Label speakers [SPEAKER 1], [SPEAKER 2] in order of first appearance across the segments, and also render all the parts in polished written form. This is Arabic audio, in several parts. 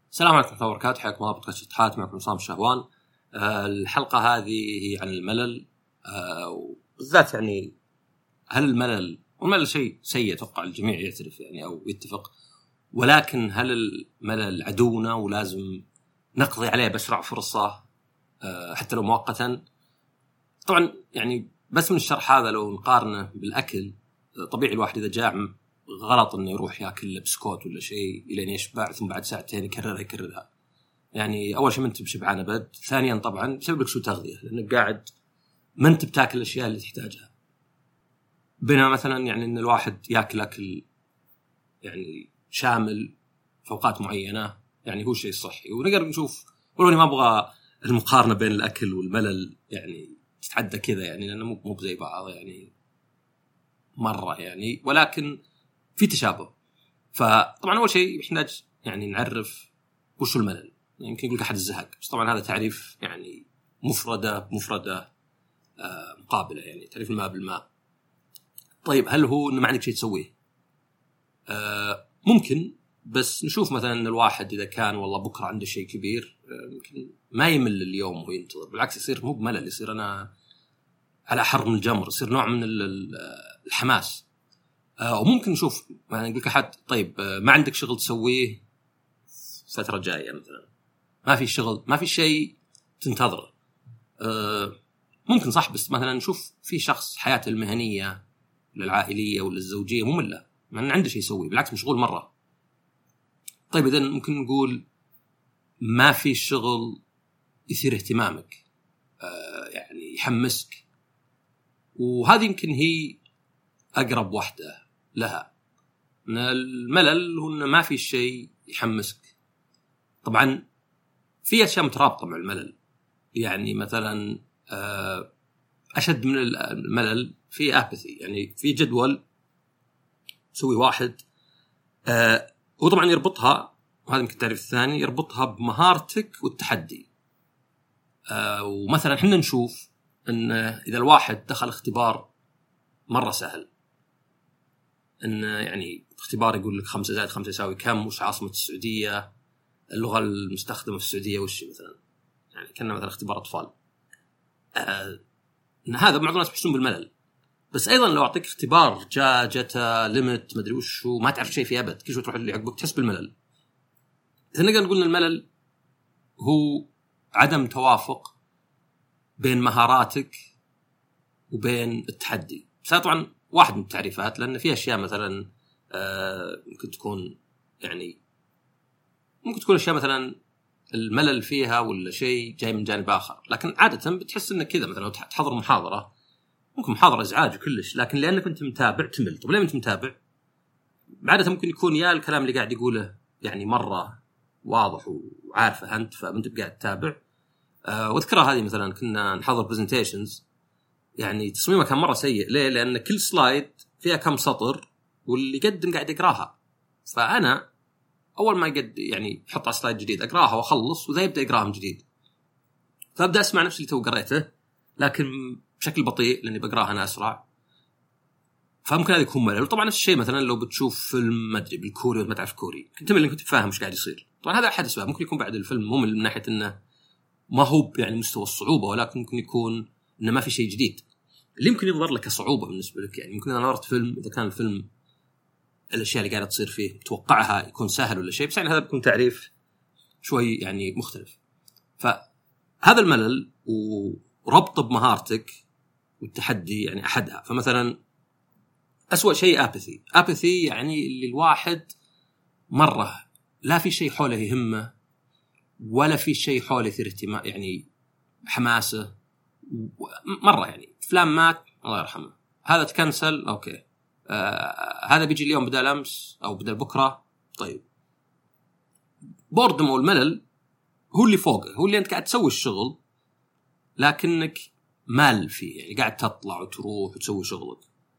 [SPEAKER 1] السلام عليكم ورحمة الله وبركاته. حياكم الله بودكاست شطحات، معكم عصام الشهوان. الحلقة هذه هي عن الملل، وبالذات يعني هل الملل شيء سيء؟ أتوقع الجميع يعترف يعني أو يتفق، ولكن هل الملل عدونا ولازم نقضي عليه بأسرع فرصة حتى لو مؤقتا؟ طبعا يعني بس من الشرح هذا لو نقارنه بالأكل، طبيعي الواحد إذا جاع غلط إنه يروح يأكل بسكوت ولا شيء إلين يشبع، ثم بعد ساعتين يكررها. يعني أول شيء ما أنت بشبعان أبد، ثانيا طبعا بسبب لك سوء تغذية لأنك قاعد ما أنت بتاكل الأشياء اللي تحتاجها. بينما مثلا يعني إن الواحد يأكل أكل يعني شامل في أوقات معينة يعني هو شيء صحي. ونقدر نشوف، ولو أني ما أبغى المقارنة بين الأكل والملل يعني تتعدى كذا، يعني لأنه مو زي بعض يعني مرة يعني، ولكن في تشابه. فطبعا أول شيء يحتاج يعني نعرف وش الملل. يمكن يقول أحد الزهق، بس طبعا هذا تعريف يعني مفردة مقابلة، يعني تعريف الماء بالماء. طيب هل هو إنه ما عندك شيء تسويه؟ ممكن، بس نشوف مثلا إن الواحد إذا كان والله بكرة عنده شيء كبير ممكن ما يمل اليوم وهو ينتظر، بالعكس يصير مو بملل، يصير أنا على حر من الجمر، يصير نوع من الحماس. وممكن نشوف يعني يقول لك أحد طيب ما عندك شغل تسويه فترة جاية مثلا، ما في شغل، ما في شيء تنتظره. ممكن صح، بس مثلا نشوف في شخص حياته المهنية ولا العائلية ولا الزوجية مملة، ما عنده شيء يسويه، بالعكس مشغول مرة. طيب إذن ممكن نقول ما في شغل يثير اهتمامك، يعني يحمسك، وهذه يمكن هي أقرب واحدة لها. إن الملل هو إن ما في شيء يحمسك. طبعا في أشياء مترابطة مع الملل، يعني مثلا أشد من الملل في أباثي، يعني في جدول تسوي واحد وطبعا يربطها، وهذا يمكن التعريف الثاني، يربطها بمهارتك والتحدي. ومثلا حنا نشوف أن إذا الواحد دخل اختبار مرة سهل، أن يعني اختبار يقول لك 5+5 يساوي كم، وش عاصمة السعودية، اللغة المستخدمة في السعودية وش مثلا، يعني كنا مثلا اختبار أطفال، إن هذا معظم الناس بيحسون بالملل. بس أيضا لو أعطيك اختبار جاتا ليمت مدري وش هو، ما تعرف شيء فيه أبد، كل شوي تروح اللي عقبك تحس بالملل. إذا نقدر نقول إن الملل هو عدم توافق بين مهاراتك وبين التحدي. بس طبعا واحد من التعريفات، لأن في أشياء مثلا ممكن تكون يعني ممكن تكون أشياء مثلا الملل فيها ولا شيء جاي من جانب آخر، لكن عادة بتحس إنك كذا. مثلا لو تحضر محاضرة، ممكن محاضرة إزعاج كلش، لكن لأنك أنت متابع تمل. طب ليه أنت متابع؟ عادة ممكن يكون يا الكلام اللي قاعد يقوله يعني مرة واضح وعارفه أنت، فأنت قاعد تتابع. واذكرها هذه مثلا كنا نحضر برزنتيشنز، يعني تصميمها كان مرة سيء. ليه؟ لأن كل سلايد فيها كم سطر واللي يقدم قاعد يقراها، فأنا أول ما يعني حط على سلايد جديد أقراها وأخلص، وذا يبدأ يقراها من جديد، فأبدأ أسمع نفس اللي تو قريته لكن بشكل بطيء لأني بقراها أنا أسرع. فممكن هذا يكون ملل. وطبعا نفس الشيء مثلا لو بتشوف فيلم ما أدري بالكوري وما تعرف كوري، كنت ملل، كنت فاهم وش قاعد يصير. طبعا هذا أحد أسباب. ممكن يكون بعد الفيلم مو من ناحية إنه ما هو يعني مستوى الصعوبة، ولكن ممكن يكون إنه ما في شيء جديد اللي يمكن يظهر لك صعوبة بالنسبة لك. يعني ممكن أنا نظرت فيلم، إذا كان الفيلم الأشياء اللي قاعدة تصير فيه متوقعها يكون سهل ولا شيء، بس يعني هذا بيكون تعريف شوي يعني مختلف. فهذا الملل وربط بمهارتك والتحدي يعني أحدها. فمثلا أسوأ شيء أباثي، يعني اللي الواحد مرة لا في شيء حوله يهمه ولا في شيء حوله يثير اهتمام، يعني حماسه مرة. يعني فلان مات الله يرحمه، هذا تكنسل أوكي، هذا بيجي اليوم بدل أمس أو بدل بكرة. طيب بوردم والملل هو اللي فوقه، هو اللي أنت قاعد تسوي الشغل لكنك مال فيه، يعني قاعد تطلع وتروح وتسوي شغلك.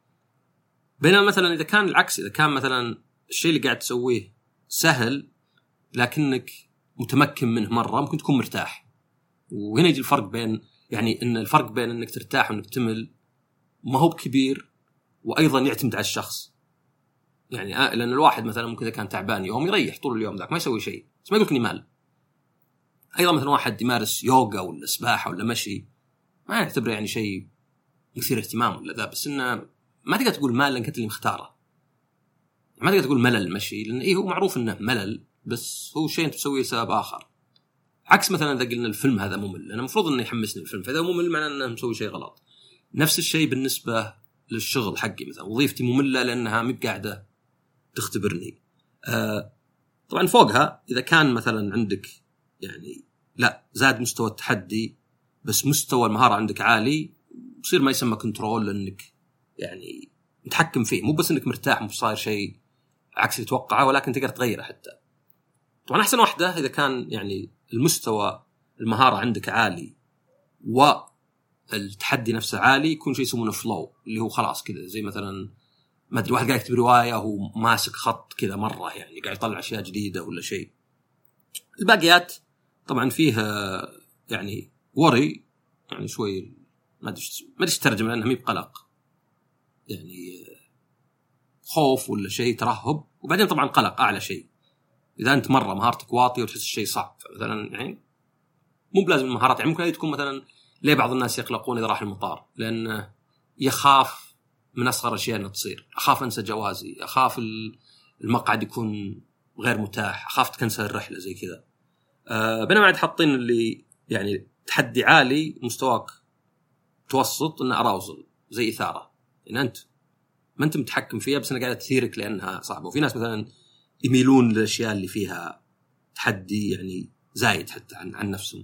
[SPEAKER 1] بينما مثلا إذا كان العكس، إذا كان مثلا الشيء اللي قاعد تسويه سهل لكنك متمكن منه مرة، ممكن تكون مرتاح. وهنا يجي الفرق بين، يعني إن الفرق بين إنك ترتاح وإنك تمل ما هو كبير، وأيضا يعتمد على الشخص. يعني لأن الواحد مثلا ممكن إذا كان تعبان يوم يريح طول اليوم ذاك ما يسوي شيء، بس ما يقولك إني مال. أيضا مثلا واحد يمارس يوغا ولا سباحة ولا مشي ما يعتبره يعني شيء مثير اهتمام ولا ذا، بس إنه ما تقدر تقول مال لأنك أنت اللي مختاره. ما تقدر تقول ملل المشي لأن إيه هو معروف إنه ملل، بس هو شيء أنت تسويه لسبب آخر. عكس مثلا إذا قلنا الفيلم هذا ممل، أنا المفروض إنه يحمسني الفيلم، فإذا ممل معناه إنه مسوي شيء غلط. نفس الشيء بالنسبة للشغل حقي، مثلا وظيفتي مملة لأنها مي بقاعدة تختبرني. طبعا فوقها إذا كان مثلا عندك يعني لا زاد مستوى التحدي بس مستوى المهارة عندك عالي، يصير ما يسمى كنترول لأنك يعني متحكم فيه، مو بس إنك مرتاح مو صاير شيء عكس اللي توقعه ولكن تقدر تغيره حتى. طبعا أحسن واحدة إذا كان يعني المستوى المهارة عندك عالي والتحدي نفسه عالي، يكون شيء يسمونه فلو، اللي هو خلاص كذا زي مثلا ما أدري واحد قاعد يكتب رواية وهو ماسك خط كذا مرة، يعني قاعد يطلع أشياء جديدة ولا شيء. الباقيات طبعا فيها يعني وري، يعني شوي ما أدري ترجم لأنها مي بقلق، يعني خوف ولا شيء ترهب، وبعدين طبعا قلق أعلى شيء إذا أنت مرة مهارتك واطية وتحس الشيء صعب. مثلا يعني مو بلازم المهارات، يعني ممكن تكون مثلا ليه بعض الناس يقلقون إذا راح المطار لأنه يخاف من أصغر الأشياء أنها تصير، أخاف أنسى جوازي، أخاف المقعد يكون غير متاح، أخاف تكنسل الرحلة زي كذا. بينما عاد حاطين اللي يعني تحدي عالي مستواك متوسط إنه أراوزل زي إثارة، يعني أنت ما أنت متحكم فيها بس أنا قاعدة تثيرك لأنها صعبة. وفي ناس مثلا يميلون للأشياء اللي فيها تحدي يعني زايد حتى عن نفسهم.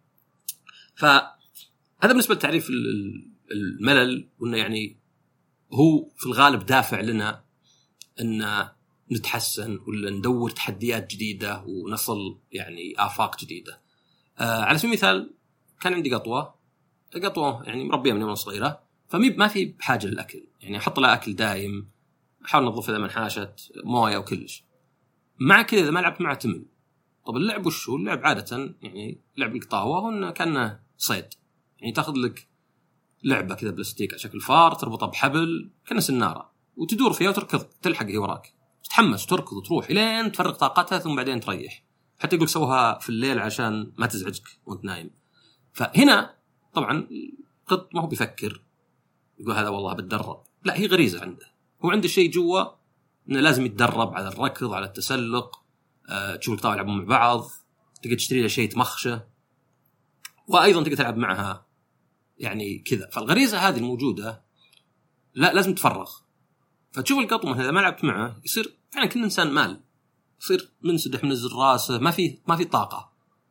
[SPEAKER 1] فهذا بالنسبة لتعريف الملل، وإنه يعني هو في الغالب دافع لنا أن نتحسن ولا ندور تحديات جديدة ونصل يعني آفاق جديدة. على سبيل المثال كان عندي قطوة يعني مربية من يوم صغيرة، ما في بحاجة للأكل، يعني أحط لها أكل دائم، أحاول نظفها إذا من حاشت موية وكلش. مع كذا إذا ما لعبت معه تمل. طب اللعب وش هو؟ اللعب عادة يعني لعب القطاوة هو كأنه صيد، يعني تأخذ لك لعبة كذا بلاستيك على شكل فار تربطها بحبل كأنه سنارة وتدور فيها وتركض تلحق هي وراك، تتحمس وتركض وتروح إلين تفرغ طاقتها ثم بعدين تريح. حتى يقول سوها في الليل عشان ما تزعجك وانت نايم. فهنا طبعا القط ما هو بيفكر يقول هذا والله بتدرب، لا هي غريزة عنده، هو عنده شيء جوا إنه لازم يتدرب على الركض على التسلق. تشوف القطاوة يلعبون مع بعض، تقدر تشتري له شيء تمخشه، وأيضا تقدر تلعب معها يعني كذا. فالغريزة هذه الموجودة لا لازم تفرغ. فتشوف القط مثلا إذا ما لعبت معه يصير فعلا كل إنسان مال، يصير منسدح منزل راسه، ما في طاقة.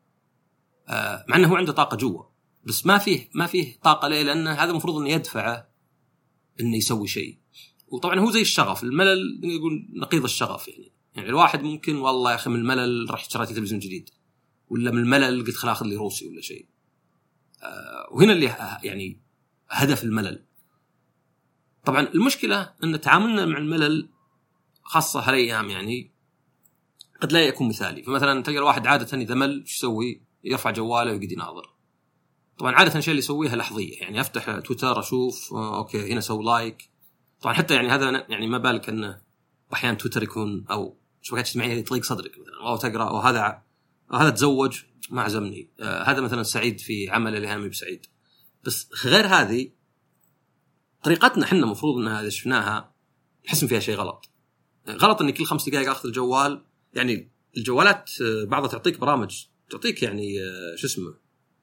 [SPEAKER 1] مع أنه هو عنده طاقة جوا بس ما فيه طاقة ليه؟ لأن هذا المفروض إنه يدفعه إنه يسوي شيء. وطبعا هو زي الشغف، الملل يقول نقيض الشغف. يعني الواحد ممكن والله يا أخي من الملل رحت شريت تلفزيون جديد، ولا من الملل قلت خل أخذ لي روسي ولا شيء. وهنا اللي يعني هدف الملل. طبعا المشكلة أن تعاملنا مع الملل خاصة هالأيام يعني قد لا يكون مثالي. فمثلا تلقى الواحد عادة إذا مل إيش يسوي؟ يرفع جواله ويقعد يناظر. طبعا عادة الشيء اللي يسويها لحظية، يعني أفتح تويتر أشوف أوكي هنا سوي لايك. طبعا حتى يعني هذا يعني ما بالك أنه أحيانا تويتر يكون أو شبكات اجتماعية يطلق صدرك مثلا، أو تقرأ وهذا تزوج ما عزمني، هذا مثلا سعيد في عمل اللي هم بسعيد. بس غير هذه طريقتنا حنا مفروض أنها إذا شفناها نحس فيها شيء غلط إن كل 5 دقائق أخذ الجوال. يعني الجوالات بعضها تعطيك برامج تعطيك يعني شو اسمه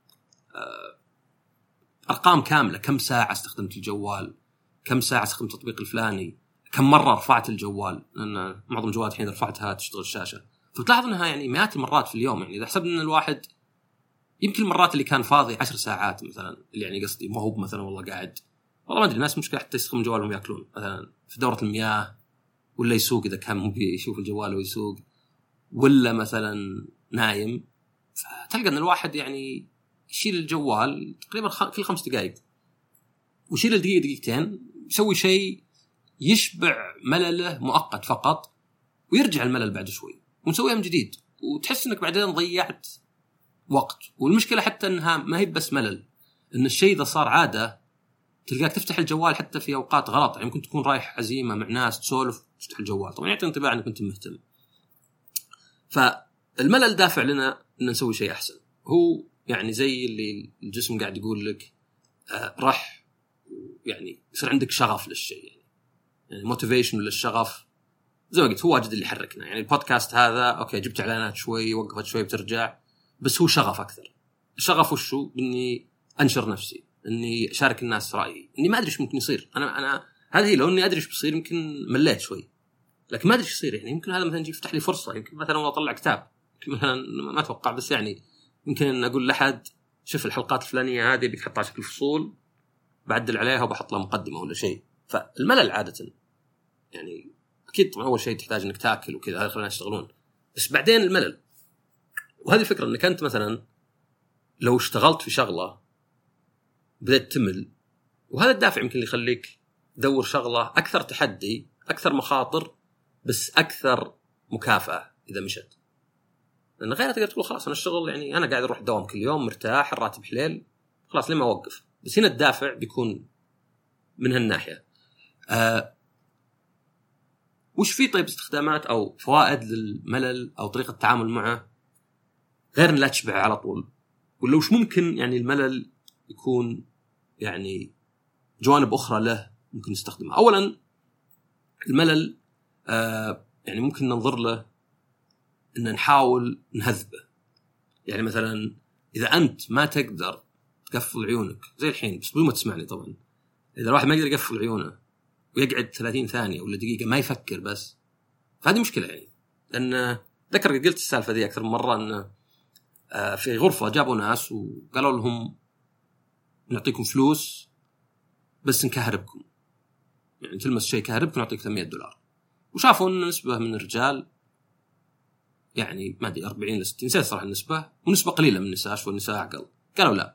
[SPEAKER 1] أرقام كاملة، كم ساعة استخدمت الجوال، كم ساعة استخدمت التطبيق الفلاني، كم مرة رفعت الجوال، لأن معظم الجوالات الحين رفعتها تشتغل الشاشة. فتلاحظ أنها يعني مئات المرات في اليوم. يعني إذا حسبنا أن الواحد يمكن المرات اللي كان فاضي 10 ساعات مثلا، اللي يعني قصدي ما هو مثلا والله قاعد والله ما أدري، الناس مشكلة حتى يستخدمون جوالهم يأكلون مثلا في دورة المياه، ولا يسوق إذا كان مو بيشوف الجوال ويسوق، ولا مثلا نايم. فتلقى أن الواحد يعني يشيل الجوال تقريبا كل 5 دقائق، ويشيل الدقيقة دقيقتين يسوي شيء يشبع ملله مؤقت فقط، ويرجع الملل بعد شوي ونسويها من جديد، وتحس انك بعدين ضيعت وقت. والمشكلة حتى انها ما هي بس ملل، ان الشيء اذا صار عادة تلقاك تفتح الجوال حتى في اوقات غلط. يعني ممكن تكون رايح عزيمة مع ناس تسولف تفتح الجوال، طبعا يعطي انطباع انك كنت مهتم. الملل دافع لنا ان نسوي شيء احسن. هو يعني زي اللي الجسم قاعد يقول لك راح يعني يصير عندك شغف للشيء، يعني موتيفيشن للشغف. زي ما قلت هو واجد اللي يحركنا. يعني البودكاست هذا اوكي جبت اعلانات شوي وقفت شوي بترجع، بس هو شغف اكثر. الشغف وشو؟ اني انشر نفسي، اني اشارك الناس رايي، اني ما ادري ايش ممكن يصير. انا هذه لو اني ادري ايش بيصير يمكن مليت شوي، لكن ما ادري ايش يصير. يعني يمكن هذا مثلا يفتح لي فرصه، يمكن مثلا اطلع كتاب، يمكن مثلا ما اتوقع، بس يعني يمكن ان اقول لاحد شوف الحلقات الفلانيه هذه بيك حطها شكل فصول، بعدل عليها وبحط لها مقدمه ولا شيء. فالملل عاده يعني اكيد طبعا اول شيء تحتاج انك تاكل وكذا، هذا خلينا يشتغلون، بس بعدين الملل. وهذه الفكره انك انت مثلا لو اشتغلت في شغله بدأت تمل، وهذا الدافع يمكن اللي يخليك تدور شغله اكثر تحدي، اكثر مخاطر، بس اكثر مكافاه اذا مشت. لان غيرها تقدر تقول خلاص انا الشغل يعني انا قاعد اروح الدوام كل يوم مرتاح، الراتب حليل، خلاص لما اوقف. بس هنا الدافع بيكون من هالناحيه. وش في طيب استخدامات او فوائد للملل او طريقه التعامل معه غير ان لا تشبع على طول؟ ولا وش ممكن يعني الملل يكون يعني جوانب اخرى له ممكن نستخدمها؟ اولا الملل يعني ممكن ننظر له ان نحاول نهذبه. يعني مثلا اذا انت ما تقدر تقفل عيونك زي الحين، بس بدون ما تسمعني طبعا، اذا الواحد ما يقدر يقفل عيونه ويقعد 30 ثانيه ولا دقيقه ما يفكر بس، فهذه مشكله. يعني لان ذكر قلت السالفه دي اكثر من مره، ان في غرفه جابوا ناس وقالوا لهم نعطيكم فلوس بس نكهربكم، يعني تلمس شيء كهربكم نعطيك $800. وشافوا ان نسبه من الرجال يعني ما ادري 40 ل 60 نسيت صراحه النسبه، ونسبه قليله من النساء، شو النساء اقل، قالوا لا.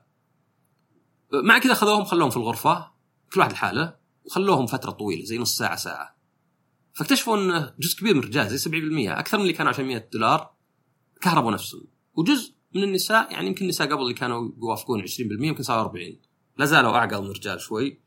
[SPEAKER 1] مع كذا خلوهم في الغرفه كل واحد لحاله وخلوهم فتره طويله زي نص ساعه ساعه. فاكتشفوا ان جزء كبير من الرجال زي 70% اكثر من اللي كانوا عشان $100 كهربوا نفسهم، وجزء من النساء يعني يمكن النساء قبل اللي كانوا يوافقون 20% يمكن صاروا 40، لا زالوا اعقل من الرجال شوي.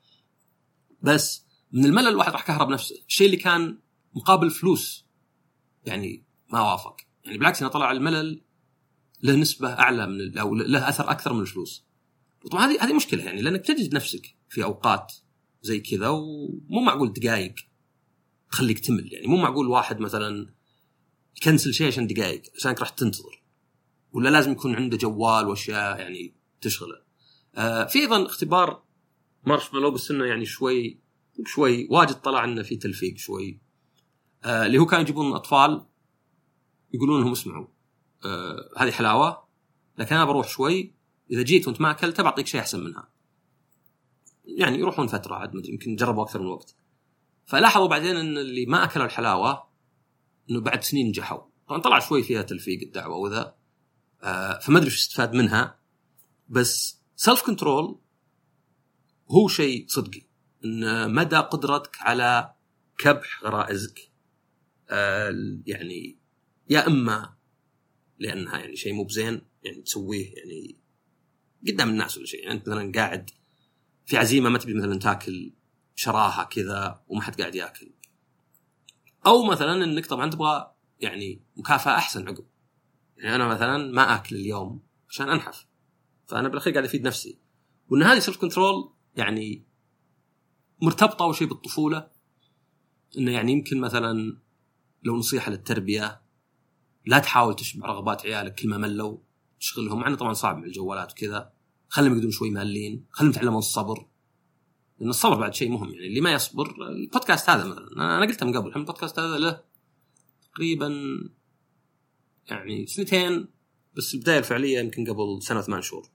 [SPEAKER 1] بس من الملل الواحد راح كهرب نفسه، الشيء اللي كان مقابل فلوس يعني ما وافق. يعني بالعكس انا طلع الملل له نسبه اعلى من او له اثر اكثر من الفلوس. وطبعا هذه مشكله، يعني لانك تجد نفسك في اوقات زي كذا ومو معقول دقائق تخليك تمل. يعني مو معقول واحد مثلا يكنسل شيء عشان دقائق عشانك راح تنتظر، ولا لازم يكون عنده جوال واشياء يعني تشغله. في ايضا اختبار مارشميلو، بس انه يعني شوي واجد طلع انه في تلفيق شوي، اللي هو كانوا يجيبون اطفال يقولون لهم اسمعوا هذه حلاوه لكن انا بروح شوي، اذا جيت وانت ما اكلت بعطيك شيء احسن منها. يعني يروحون فتره عاد ما ادري يمكن جربوا اكثر من وقت، فلاحظوا بعدين ان اللي ما اكلوا الحلاوه انه بعد سنين نجحوا. طبعا طلع شوي فيها تلفيق الدعوه وذا، فما ادري ايش استفاد منها. بس سيلف كنترول هو شيء صدقي، ان مدى قدرتك على كبح غرائزك يعني يا اما لانها يعني شيء مو بزين يعني تسويه يعني قدام الناس ولا شيء، يعني انت مثلا قاعد في عزيمه ما تبي مثلا تاكل شراهه كذا وما حد قاعد ياكل، او مثلا انك طبعا تبغى يعني مكافاه احسن عقب. يعني انا مثلا ما اكل اليوم عشان انحف، فانا بالاخير قاعد افيد نفسي. وان هذه سيلف كنترول يعني مرتبطه اول شيء بالطفوله، انه يعني يمكن مثلا لو نصيحه للتربيه لا تحاول تشبع رغبات عيالك كل ما ملوا تشغلهم، مع طبعا صعب مع الجوالات وكذا، خليهم يقدرون شوي مالين، خليهم يتعلمون الصبر، لان الصبر بعد شيء مهم. يعني اللي ما يصبر، البودكاست هذا مثلا انا قلتها من قبل، البودكاست هذا له تقريبا يعني 2 بس البدايه الفعليه يمكن قبل 1 و8 شهور.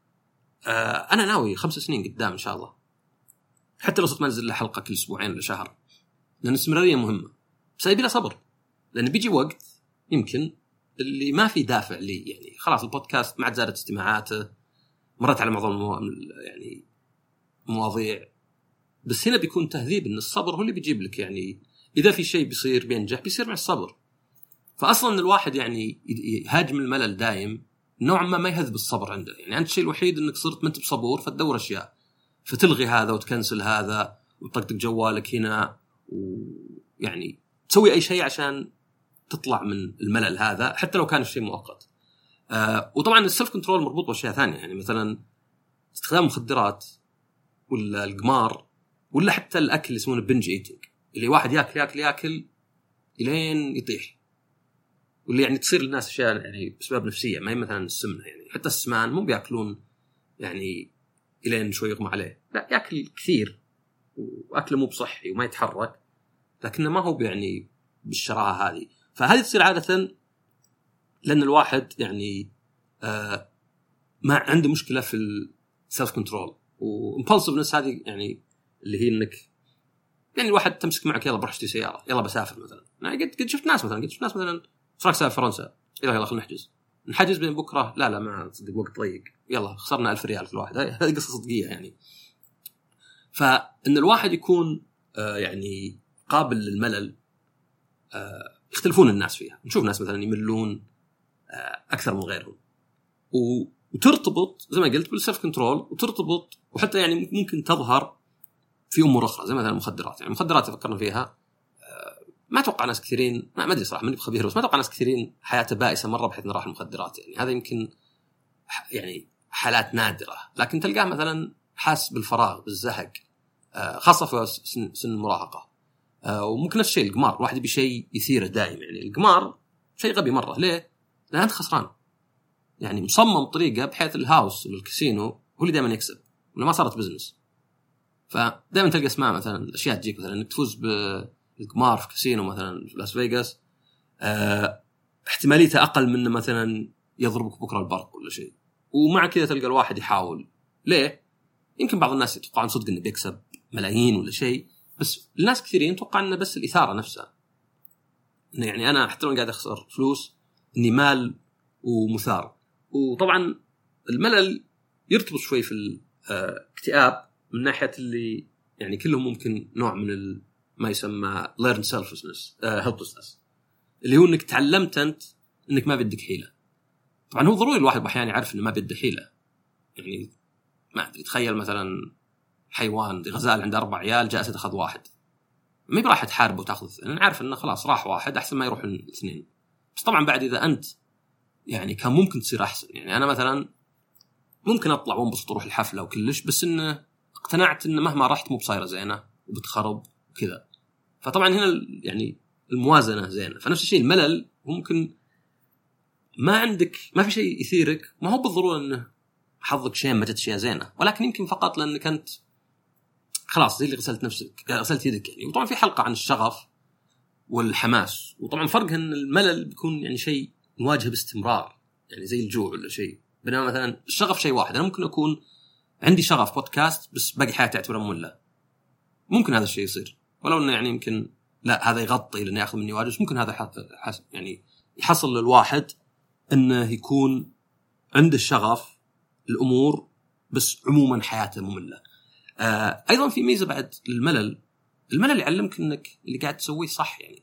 [SPEAKER 1] انا ناوي 5 سنين قدام ان شاء الله، حتى لو صرت منزل له حلقه كل اسبوعين ولا شهر، لان الاستمراريه مهمه. بس يبي له صبر، لان بيجي وقت يمكن اللي ما في دافع لي، يعني خلاص البودكاست ما عاد زادت استماعاته، مرت على معظم يعني مواضيع، بس هنا بيكون تهذيب ان الصبر هو اللي بيجيب لك. يعني اذا في شيء بيصير بينجح بيصير مع الصبر. فاصلا الواحد يعني يهاجم الملل دايم نوعا ما يهذب الصبر عنده. يعني انت الشيء الوحيد انك صرت ما انت بصبور فتدور اشياء، فتلغي هذا وتكنسل هذا وتطقطق جوالك هنا، ويعني تسوي اي شيء عشان تطلع من الملل هذا حتى لو كان الشيء مؤقت. وطبعا السلف كنترول مربوط بأشياء ثانية، يعني مثلا استخدام مخدرات ولا القمار ولا حتى الأكل اللي يسمونه بنج ايتينج، اللي واحد ياكل إلين يطيح، واللي يعني تصير للناس أشياء يعني بسبب نفسية، ما هي مثلا السمنة، يعني حتى السمان مو بيأكلون يعني إلين شوي يغمى عليه، لا يأكل كثير وأكله مو بصحي وما يتحرك، لكنه ما هو يعني بالشراهة هذه. فهذه تصير عادة لأن الواحد يعني ما عنده مشكلة في السيلف كنترول وإمبulsiveness، هذه يعني اللي هي إنك يعني الواحد تمسك معك يلا بروح اشتري سيارة، يلا بسافر مثلا. أنا قد شفت ناس مثلا صراحة سافر فرنسا، يلا خلينا نحجز بين بكرة، لا ما تصدق وقت ضيق، يلا خسرنا 1000 ريال كل واحد. هذه قصة صدقية يعني. فإن الواحد يكون يعني قابل للملل، يختلفون الناس فيها. نشوف ناس مثلا يملون أكثر من غيرهم، وترتبط زي ما قلت بالسيلف كنترول، وترتبط وحتى يعني ممكن تظهر في أمور أخرى زي مثلا المخدرات. يعني المخدرات فكرنا فيها، ما أتوقع ناس كثيرين، ما أدري صراحة ماني بخبير، بس ما أتوقع ناس كثيرين حياته بائسة مرة بحيث نراح المخدرات. يعني هذا يمكن يعني حالات نادرة، لكن تلقاه مثلا حاس بالفراغ بالزهق، خاصة في سن المراهقة. وممكن نفس الشيء القمار، الواحد يبي شيء يثيره دائما. يعني القمار شيء غبي مرة، ليه؟ لأن أنت خسران، يعني مصمم طريقة بحيث الهاوس والكاسينو هو اللي دائما يكسب، ولا ما صارت بزنس. فدائما تلقى اسماء مثلا الأشياء تجيك مثلا إنك تفوز بالقمار في كاسينو مثلا في لاس فيغاس، احتماليته أقل من مثلا يضربك بكرة البرق ولا شيء، ومع كذا تلقى الواحد يحاول. ليه؟ يمكن بعض الناس يتوقعون صدق إنه بيكسب ملايين ولا شيء، بس الناس كثيرين يتوقع إنه بس الإثارة نفسها، إنه يعني أنا حتى لو قاعد أخسر فلوس إني مال ومثار. وطبعا الملل يرتبط شوي في الاكتئاب من ناحية اللي يعني كلهم ممكن نوع من ما يسمى learned helplessness، اللي هو إنك تعلمت أنت إنك ما بدك حيلة. طبعا هو ضروري الواحد بأحيان يعرف إنه ما بده حيلة. يعني ما أدري، تخيل مثلا حيوان غزال عنده 4 عيال جالس يأخذ واحد، ما يبراح تحاربه وتأخذ، أنا عارف إنه خلاص راح واحد أحسن ما يروح 2. بس طبعا بعد إذا أنت يعني كان ممكن تصير أحسن. يعني أنا مثلا ممكن أطلع وانبسط أروح الحفلة وكلش، بس إنه اقتنعت إنه مهما رحت مو بصايرة زينة وبتخرب وكذا. فطبعا هنا يعني الموازنة زينة. فنفس الشيء الملل ممكن ما عندك، ما في شيء يثيرك، ما هو بالضرورة إنه حظك شيء ما جت شيء زينة، ولكن يمكن فقط لأنك أنت خلاص زي اللي غسلت يدك يعني. وطبعا في حلقة عن الشغف والحماس، وطبعا فرق ان الملل بيكون يعني شيء نواجهه باستمرار، يعني زي الجوع ولا شيء، بينما مثلا الشغف شيء واحد. انا ممكن اكون عندي شغف بودكاست بس باقي حياتي اعتبره مملة، ممكن هذا الشيء يصير، ولو انه يعني يمكن لا هذا يغطي لانه ياخذ مني واجب. ممكن هذا يعني يحصل للواحد انه يكون عنده الشغف الامور بس عموما حياته مملة. ايضا في ميزة بعد للملل، الملل يعلمك انك اللي قاعد تسويه صح، يعني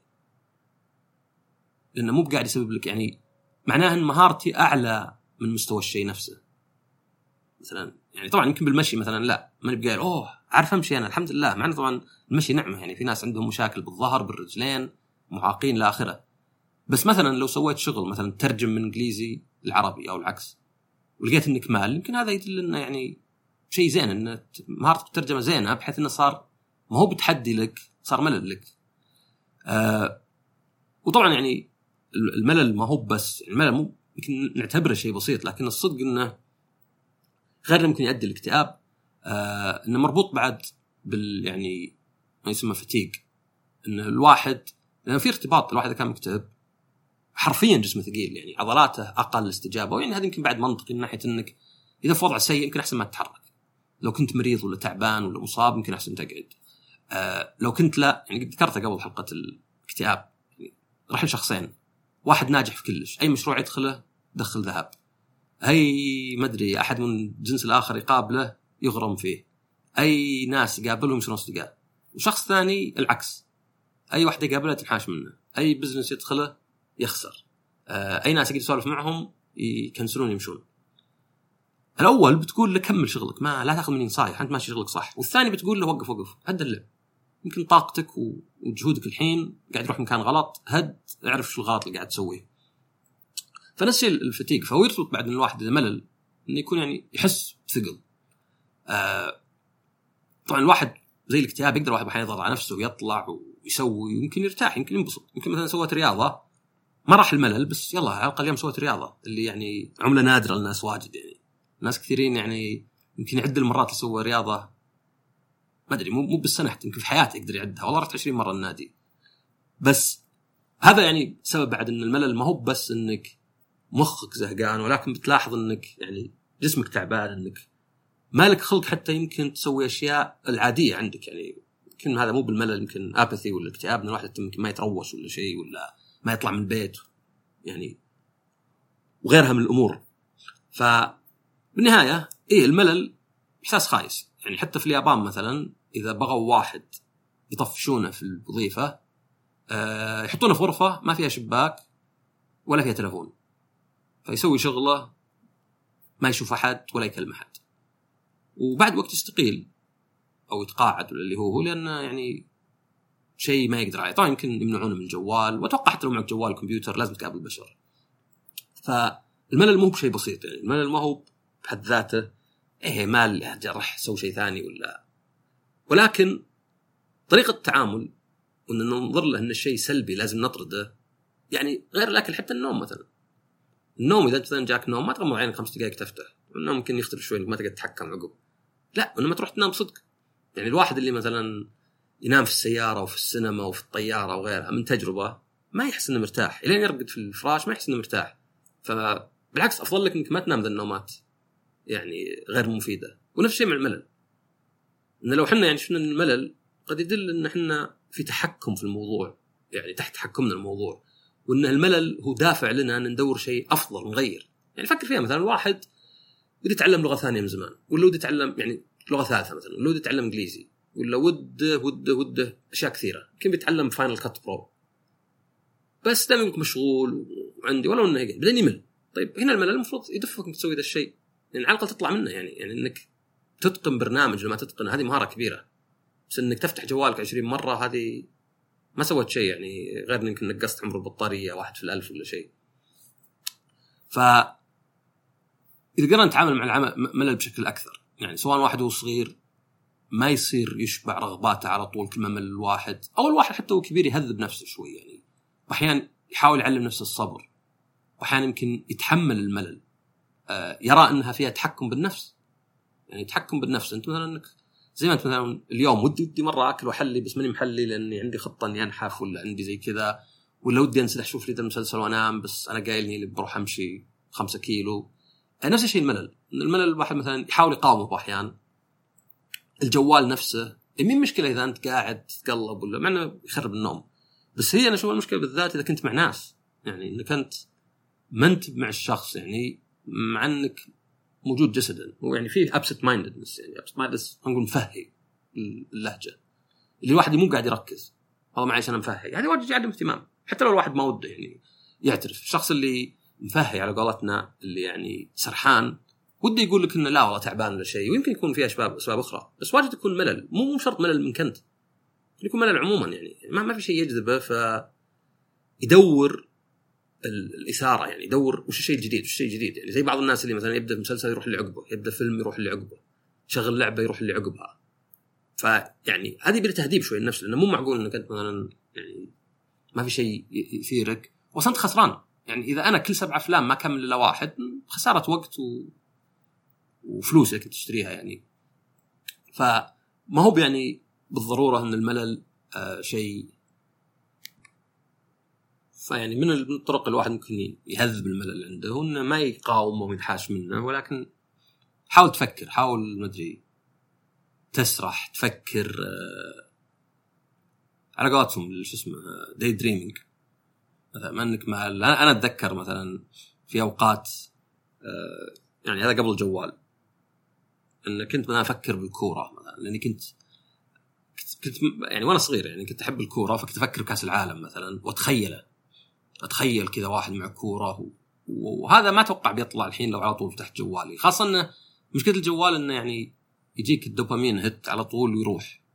[SPEAKER 1] لانه مو بقاعد يسبب لك، يعني معناه ان مهارتي اعلى من مستوى الشيء نفسه. مثلا يعني طبعا يمكن بالمشي مثلا لا ماني بقايل عارف امشي انا الحمد لله، مع انه طبعا المشي نعمه، يعني في ناس عندهم مشاكل بالظهر بالرجلين معاقين لاخره. بس مثلا لو سويت شغل مثلا ترجم من انجليزي لعربي او العكس ولقيت انك مال، يمكن هذا يدل انه يعني شيء زين، ان مهارتك الترجمه زينه بحيث انه صار ما هو بتحدي لك، صار ملل لك. وطبعا يعني الملل ما هو بس الملل مو يمكن نعتبره شيء بسيط، لكن الصدق انه غير ممكن يؤدي الاكتئاب. انه مربوط بعد يعني ما يسمى فتيق، ان الواحد لأنه في ارتباط، الواحد إذا كان مكتئب حرفيا جسمه ثقيل، يعني عضلاته اقل استجابه. ويعني هذا يمكن بعد منطقي من ناحيه انك اذا في وضع سيء يمكن احسن ما تتحرك، لو كنت مريض ولا تعبان ولا مصاب يمكن احسن تقعد. لو كنت لا، يعني ذكرتها قبل حلقه الاكتئاب، يعني رحل شخصين، واحد ناجح في كلش، اي مشروع يدخله دخل ذهب، اي ما ادري احد من الجنس الاخر يقابله يغرم فيه، اي ناس يقابلهم يصيرون اصدقاء. وشخص ثاني العكس، اي واحد يقابله تنحاش منه، اي بزنس يدخله يخسر، اي ناس يقدر يسولف معهم يكنسلون يمشون. الاول بتقول له كمل شغلك، ما لا تاخذ مني نصايح، انت ماشي شغلك صح. والثاني بتقول له وقف هذا اللعب، يمكن طاقتك وجهودك الحين قاعد يروح مكان غلط، اعرف شو الغلط اللي قاعد تسويه. فنفس الشيء الفتيق، فهو يرتبط بعد من الواحد إذا ملل إنه يكون يعني يحس بثقل. طبعا الواحد زي الاكتئاب يقدر واحد أحيانا يضغط على نفسه ويطلع ويسوي، يمكن يرتاح، يمكن ينبسط، يمكن مثلا سويت رياضة ما راح الملل، بس يلا على الأقل يوم سويت رياضة، اللي يعني عملة نادرة للناس واجد. يعني ناس كثيرين يعني يمكن يعد المرات اللي سوى رياضة، ما أدري مو بالسنة، يمكن في حياته يقدر يعدها. والله رحت 20 مرة النادي. بس هذا يعني سبب بعد ان الملل ما هو بس انك مخك زهقان، ولكن بتلاحظ انك يعني جسمك تعبان، انك مالك خلق حتى يمكن تسوي اشياء العاديه عندك. يعني يمكن هذا مو بالملل، يمكن اباثي ولا اكتئاب، ان الواحد يمكن ما يتروش ولا شيء، ولا ما يطلع من البيت يعني، وغيرها من الامور. فبالنهايه الملل احساس خايس. يعني حتى في اليابان مثلا اذا بغوا واحد يطفشونه في الوظيفه يحطونه في غرفة ما فيها شباك ولا فيها تلفون، فيسوي شغله ما يشوف أحد ولا يكلم أحد، وبعد وقت يستقيل أو يتقاعد اللي هو لأنه يعني شيء ما يقدر عليه. طبعا يمكن يمنعونه من الجوال، وأتوقع حتى لو معك جوال كمبيوتر لازم تقابل البشر. فالملل مو بشيء بسيط، يعني الملل ما هو بحد ذاته مال راح سوي شيء ثاني ولا، ولكن طريقة التعامل وأن ننظر له أن الشيء سلبي لازم نطرده. يعني غير الأكل، حتى النوم مثلا، النوم إذا مثلا جاك نوم ما تغمض عينك 5 دقائق تفتح، النوم ممكن يختلف شوي، ما تقدر تتحكم عقب. لا، إنما تروح تنام صدق. يعني الواحد اللي مثلا ينام في السيارة وفي السينما وفي الطيارة وغيرها من تجربة ما يحس إنه مرتاح، إلين يرقد في الفراش ما يحس إنه مرتاح. فبالعكس أفضل لك إنك ما تنام ذا النومات يعني غير مفيدة. ونفس الشيء مع الملل، إن لو حنا يعني شفنا الملل قد يدل إن حنا في تحكم في الموضوع، يعني تحت تحكمنا الموضوع، وإن الملل هو دافع لنا أن ندور شيء أفضل نغير. يعني فكر فيها، مثلا واحد ودي يتعلم لغة ثانية من زمان، ولا ودي يتعلم يعني لغة ثالثة مثلا، ولا ودي يتعلم إنجليزي، ولا وده أشياء كثيرة، يمكن بيتعلم فاينل كات برو، بس دائما يقولك مشغول وعندي ولو إنه بدين يمل. طيب هنا الملل المفروض يدفك إنك تسوي ذا الشيء، يعني على الأقل تطلع منه. يعني إنك تتقن برنامج لما تتقن، هذه مهارة كبيرة. بس إنك تفتح جوالك 20 مرة هذه ما سويت شيء، يعني غير إنك نقصت عمر البطارية 1 في 1000 ولا شيء. فإذا قدرنا نتعامل مع الملل بشكل أكثر، يعني سواء واحد هو صغير ما يصير يشبع رغباته على طول كل ما مل الواحد، أو الواحد حتى هو كبير يهذب نفسه شوي، يعني وأحيانا يحاول يعلم نفسه الصبر، وأحيانا يمكن يتحمل الملل، يرى أنها فيها تحكم بالنفس. يعني تحكم بالنفس، أنت مثلا أنك زي ما أنت مثلا اليوم ودي مرة أكل وحلي بس ماني محلي لأني عندي خطة إني أنحف ولا عندي زي كذا، ولا ودي أنسدح شوف لي المسلسل وأنام بس أنا قايلني اللي بروح أمشي 5 كيلو. نفس الشيء الملل الواحد مثلا يحاول يقاومه أحيانا. الجوال نفسه مين مشكلة إذا أنت قاعد تتقلب ولا، مع إنه يخرب النوم، بس هي أنا أشوف المشكلة بالذات إذا كنت مع ناس، يعني إنك أنت ما أنت مع الشخص، يعني مع إنك موجود جسدا، ويعني فيه absent mindedness، يعني absent mindedness نقول مفهي اللهجة، اللي الواحد مو قاعد يركز، والله معيش أنا مفهي، يعني واجد يعدم اهتمام حتى لو الواحد ما وده يعني يعترف. الشخص اللي مفهي على قولتنا اللي يعني سرحان وده يقول لك إنه لا والله تعبان ولا شيء، ويمكن يكون فيها أسباب أخرى، بس واجد يكون ملل، مو شرط ملل منك أنت، يكون ملل عموما، يعني ما في شيء يجذبه فيدور الإثارة، يعني يدور وش الشيء الجديد، يعني زي بعض الناس اللي مثلا يبدأ مسلسل يروح اللي عقبه، يبدأ فيلم يروح اللي عقبه، شغل لعبة يروح اللي عقبها. فيعني هذه بلا تهذيب شوي النفس، لأنه مو معقول إنك أنت مثلا يعني ما في شيء يثيرك وصنت خسران. يعني إذا أنا كل 7 أفلام ما كمل إلا واحد، خسارة وقت وفلوس اللي كنت تشتريها يعني. فما هو يعني بالضرورة أن الملل شيء. فيعني من الطرق الواحد ممكن يهذب الملل عنده هو إنه ما يقاوم ويتحاش منه، ولكن حاول تفكر، حاول ما أدري تسرح تفكر على قولتهم شو اسمه داي دريمينج مثلا. انك انا اتذكر مثلا في اوقات يعني هذا قبل الجوال ان كنت انا افكر بالكوره مثلا، لاني كنت يعني وانا صغير يعني كنت احب الكوره، فكنت افكر بكاس العالم مثلا اتخيل كذا واحد مع كوره وهذا ما اتوقع بيطلع الحين لو على طول فتحت جوالي، خاصه انه مشكله الجوال انه يعني يجيك الدوبامين هت على طول ويروح،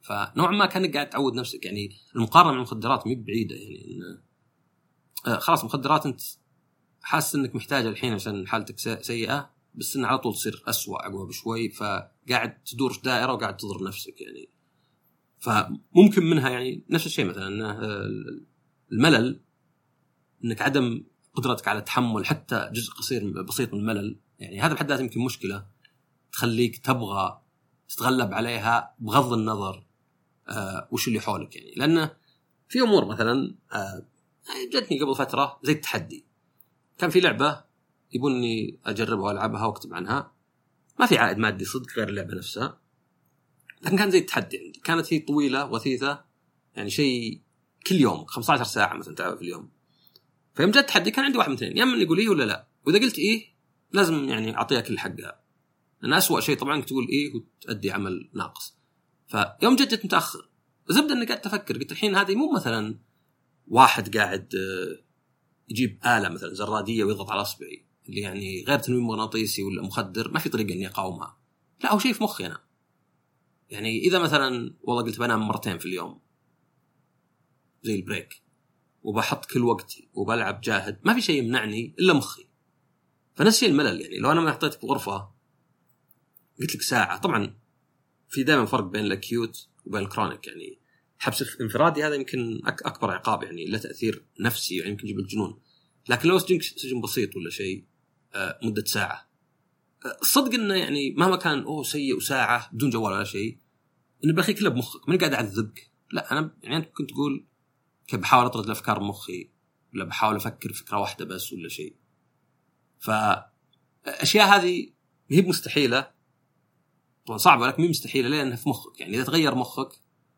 [SPEAKER 1] فنوعا ما كانك قاعد تعود نفسك. يعني المقارنه مع المخدرات مي بعيده، يعني إن خلاص مخدرات انت حاسس انك محتاجه الحين عشان حالتك سيئه، بس انها على طول تصير أسوأ عقب بشوي، فقاعد تدور في دائره وقاعد تضر نفسك يعني. فممكن منها يعني نفس الشيء مثلا انه الملل، انك عدم قدرتك على تحمل حتى جزء قصير بسيط من الملل، يعني هذا بحد ذاته يمكن مشكله تخليك تبغى تتغلب عليها بغض النظر وش اللي حولك. يعني لأنه في أمور مثلا جتني قبل فترة زي التحدي، كان في لعبة يبوني أجربها وألعبها وأكتب عنها، ما في عائد مادي صدق غير اللعبة نفسها، لكن كان زي التحدي عندي. كانت هي طويلة وثيثة، يعني شيء كل يوم 15 ساعة مثلا تلعب في اليوم. فيوم جاء التحدي كان عندي واحد من اثنين، يا من يقول إيه ولا لا، وإذا قلت إيه لازم يعني أعطيها كل حقها. أنا أسوأ شيء طبعا تقول إيه وتأدي عمل ناقص. فيوم جت متأخر، زبدة أني قاعد تفكر، قلت الحين هذه مو مثلا واحد قاعد يجيب آلة مثلا زرادية ويضغط على أصبعي اللي يعني غير تنويم مغناطيسي ولا مخدر، ما في طريقة أني أقاومها. لا، هو شيء في مخي أنا. يعني إذا مثلا والله قلت بنام مرتين في اليوم زي البريك، وبحط كل وقتي وبلعب جاهد، ما في شيء يمنعني إلا مخي. فنفس شيء الملل، يعني لو أنا ما حطيتك بغرفة قلت لك ساعة، طبعا في دائما فرق بين الأكيوت وبين الكرونيك. يعني حبس انفرادي هذا يمكن أكبر عقاب، يعني له تأثير نفسي، يعني يمكن يجيب الجنون. لكن لو سجن بسيط ولا شيء مدة ساعة، الصدق إنه يعني مهما كان سيء وساعة بدون جوال ولا شيء، إنه بأخي كله بمخك، ماني قاعد أعذبك. لا، أنا يعني أنت كنت تقول كيف بحاول أطرد الأفكار بمخي، ولا بحاول أفكر فكرة واحدة بس ولا شيء. فأشياء هذه هي مستحيلة، طبعا صعبة لكن مي مستحيلة، لأنها في مخك. يعني إذا تغير مخك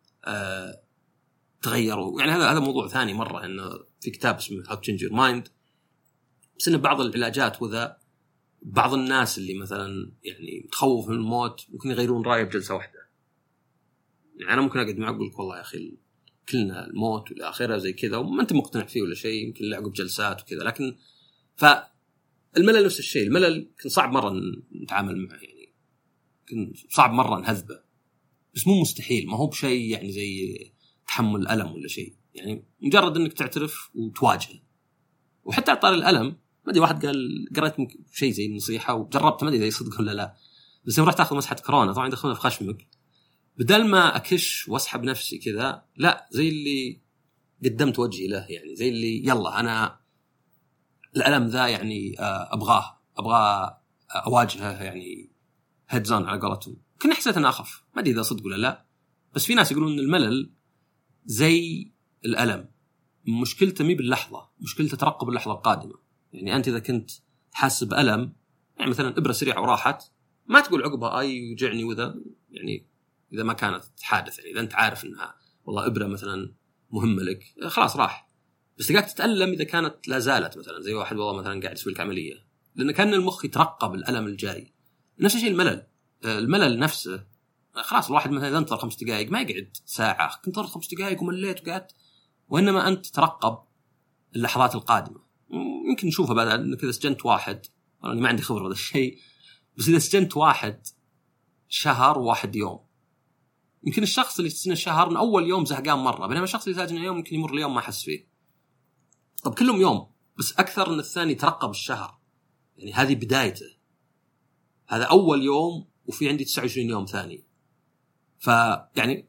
[SPEAKER 1] تغيروا. يعني هذا موضوع ثاني مرة، إنه في كتاب اسمه How to Change Your Mind، بس إن بعض العلاجات وذا بعض الناس اللي مثلا يعني تخوف من الموت ممكن يغيرون رأيه بجلسة واحدة. يعني أنا ممكن أقعد معك أقول لك والله يا أخي كلنا الموت ولا آخره زي كذا، وما أنت مقتنع فيه ولا شيء، يمكن لعقب جلسات وكذا. لكن فالملل نفس الشيء، الملل كان صعب مرة نتعامل معه، يعني كان صعب مرة نهذبه، بس مو مستحيل. ما هو بشيء يعني زي تحمل الألم ولا شيء، يعني مجرد أنك تعترف وتواجه. وحتى على طار الألم، ما أدري واحد قرأت شيء زي النصيحة وجربت، ما أدري إذا صدق ولا لا، بس يوم رحت أخذ مسحة كورونا طبعا يدخلنا في خشمك، بدل ما أكش وأسحب نفسي كذا، لا، زي اللي قدمت وجهي له، يعني زي اللي يلا أنا الألم ذا يعني أبغى أواجهه، يعني هيدزون على قولتهم. كنا حسيت أنا أخف، ما أدري إذا صدق ولا لا، بس في ناس يقولون إن الملل زي الألم، مشكلته مي باللحظة، مشكلته ترقب اللحظة القادمة. يعني أنت إذا كنت حاسس بألم، يعني مثلا إبرة سريعة وراحت، ما تقول عقبها أي وجعني وذا، يعني إذا ما كانت حادث، يعني إذا أنت عارف إنها والله إبرة مثلا مهمة لك، خلاص راح. بس تقعد تتألم إذا كانت لا زالت، مثلا زي واحد والله مثلا قاعد يسوي لك عملية، لأن كان المخ يترقب الألم الجاي. نفس الشيء الملل نفسه، خلاص الواحد مثلا ينتظر 5 دقائق، ما يقعد ساعة، كنت انتظر 5 دقائق ومليت وقعدت، وإنما أنت ترقب اللحظات القادمة. يمكن نشوفها بعد أنك إذا سجنت واحد، أنا ما عندي خبرة هذا الشيء، بس إذا سجنت واحد شهر واحد يوم، يمكن الشخص اللي سجن الشهر من أول يوم زهقان مرة، بينما الشخص اللي سجن يوم يمكن يمر اليوم ما حس فيه. طب كلهم يوم، بس أكثر من الثاني ترقب الشهر، يعني هذه بدايته، هذا أول يوم وفي عندي 29 يوم ثاني. فيعني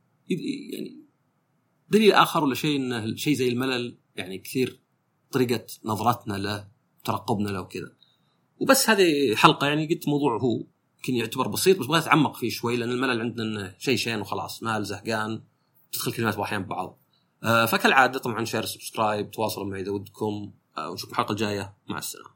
[SPEAKER 1] دليل آخر ولا شيء إنه شيء زي الملل يعني كثير طريقة نظرتنا له ترقبنا له وكذا. وبس هذه حلقة، يعني قلت موضوع هو يمكن يعتبر بسيط، بس بغيت أتعمق فيه شوي، لأن الملل عندنا شيء وخلاص، مال زهقان تدخل كلمات وأحيان ببعض. فكالعادة طبعا شير سبسكرايب، تواصلوا معي إذا ودكم، ونشوفكم الحلقة الجاية. مع السلامة.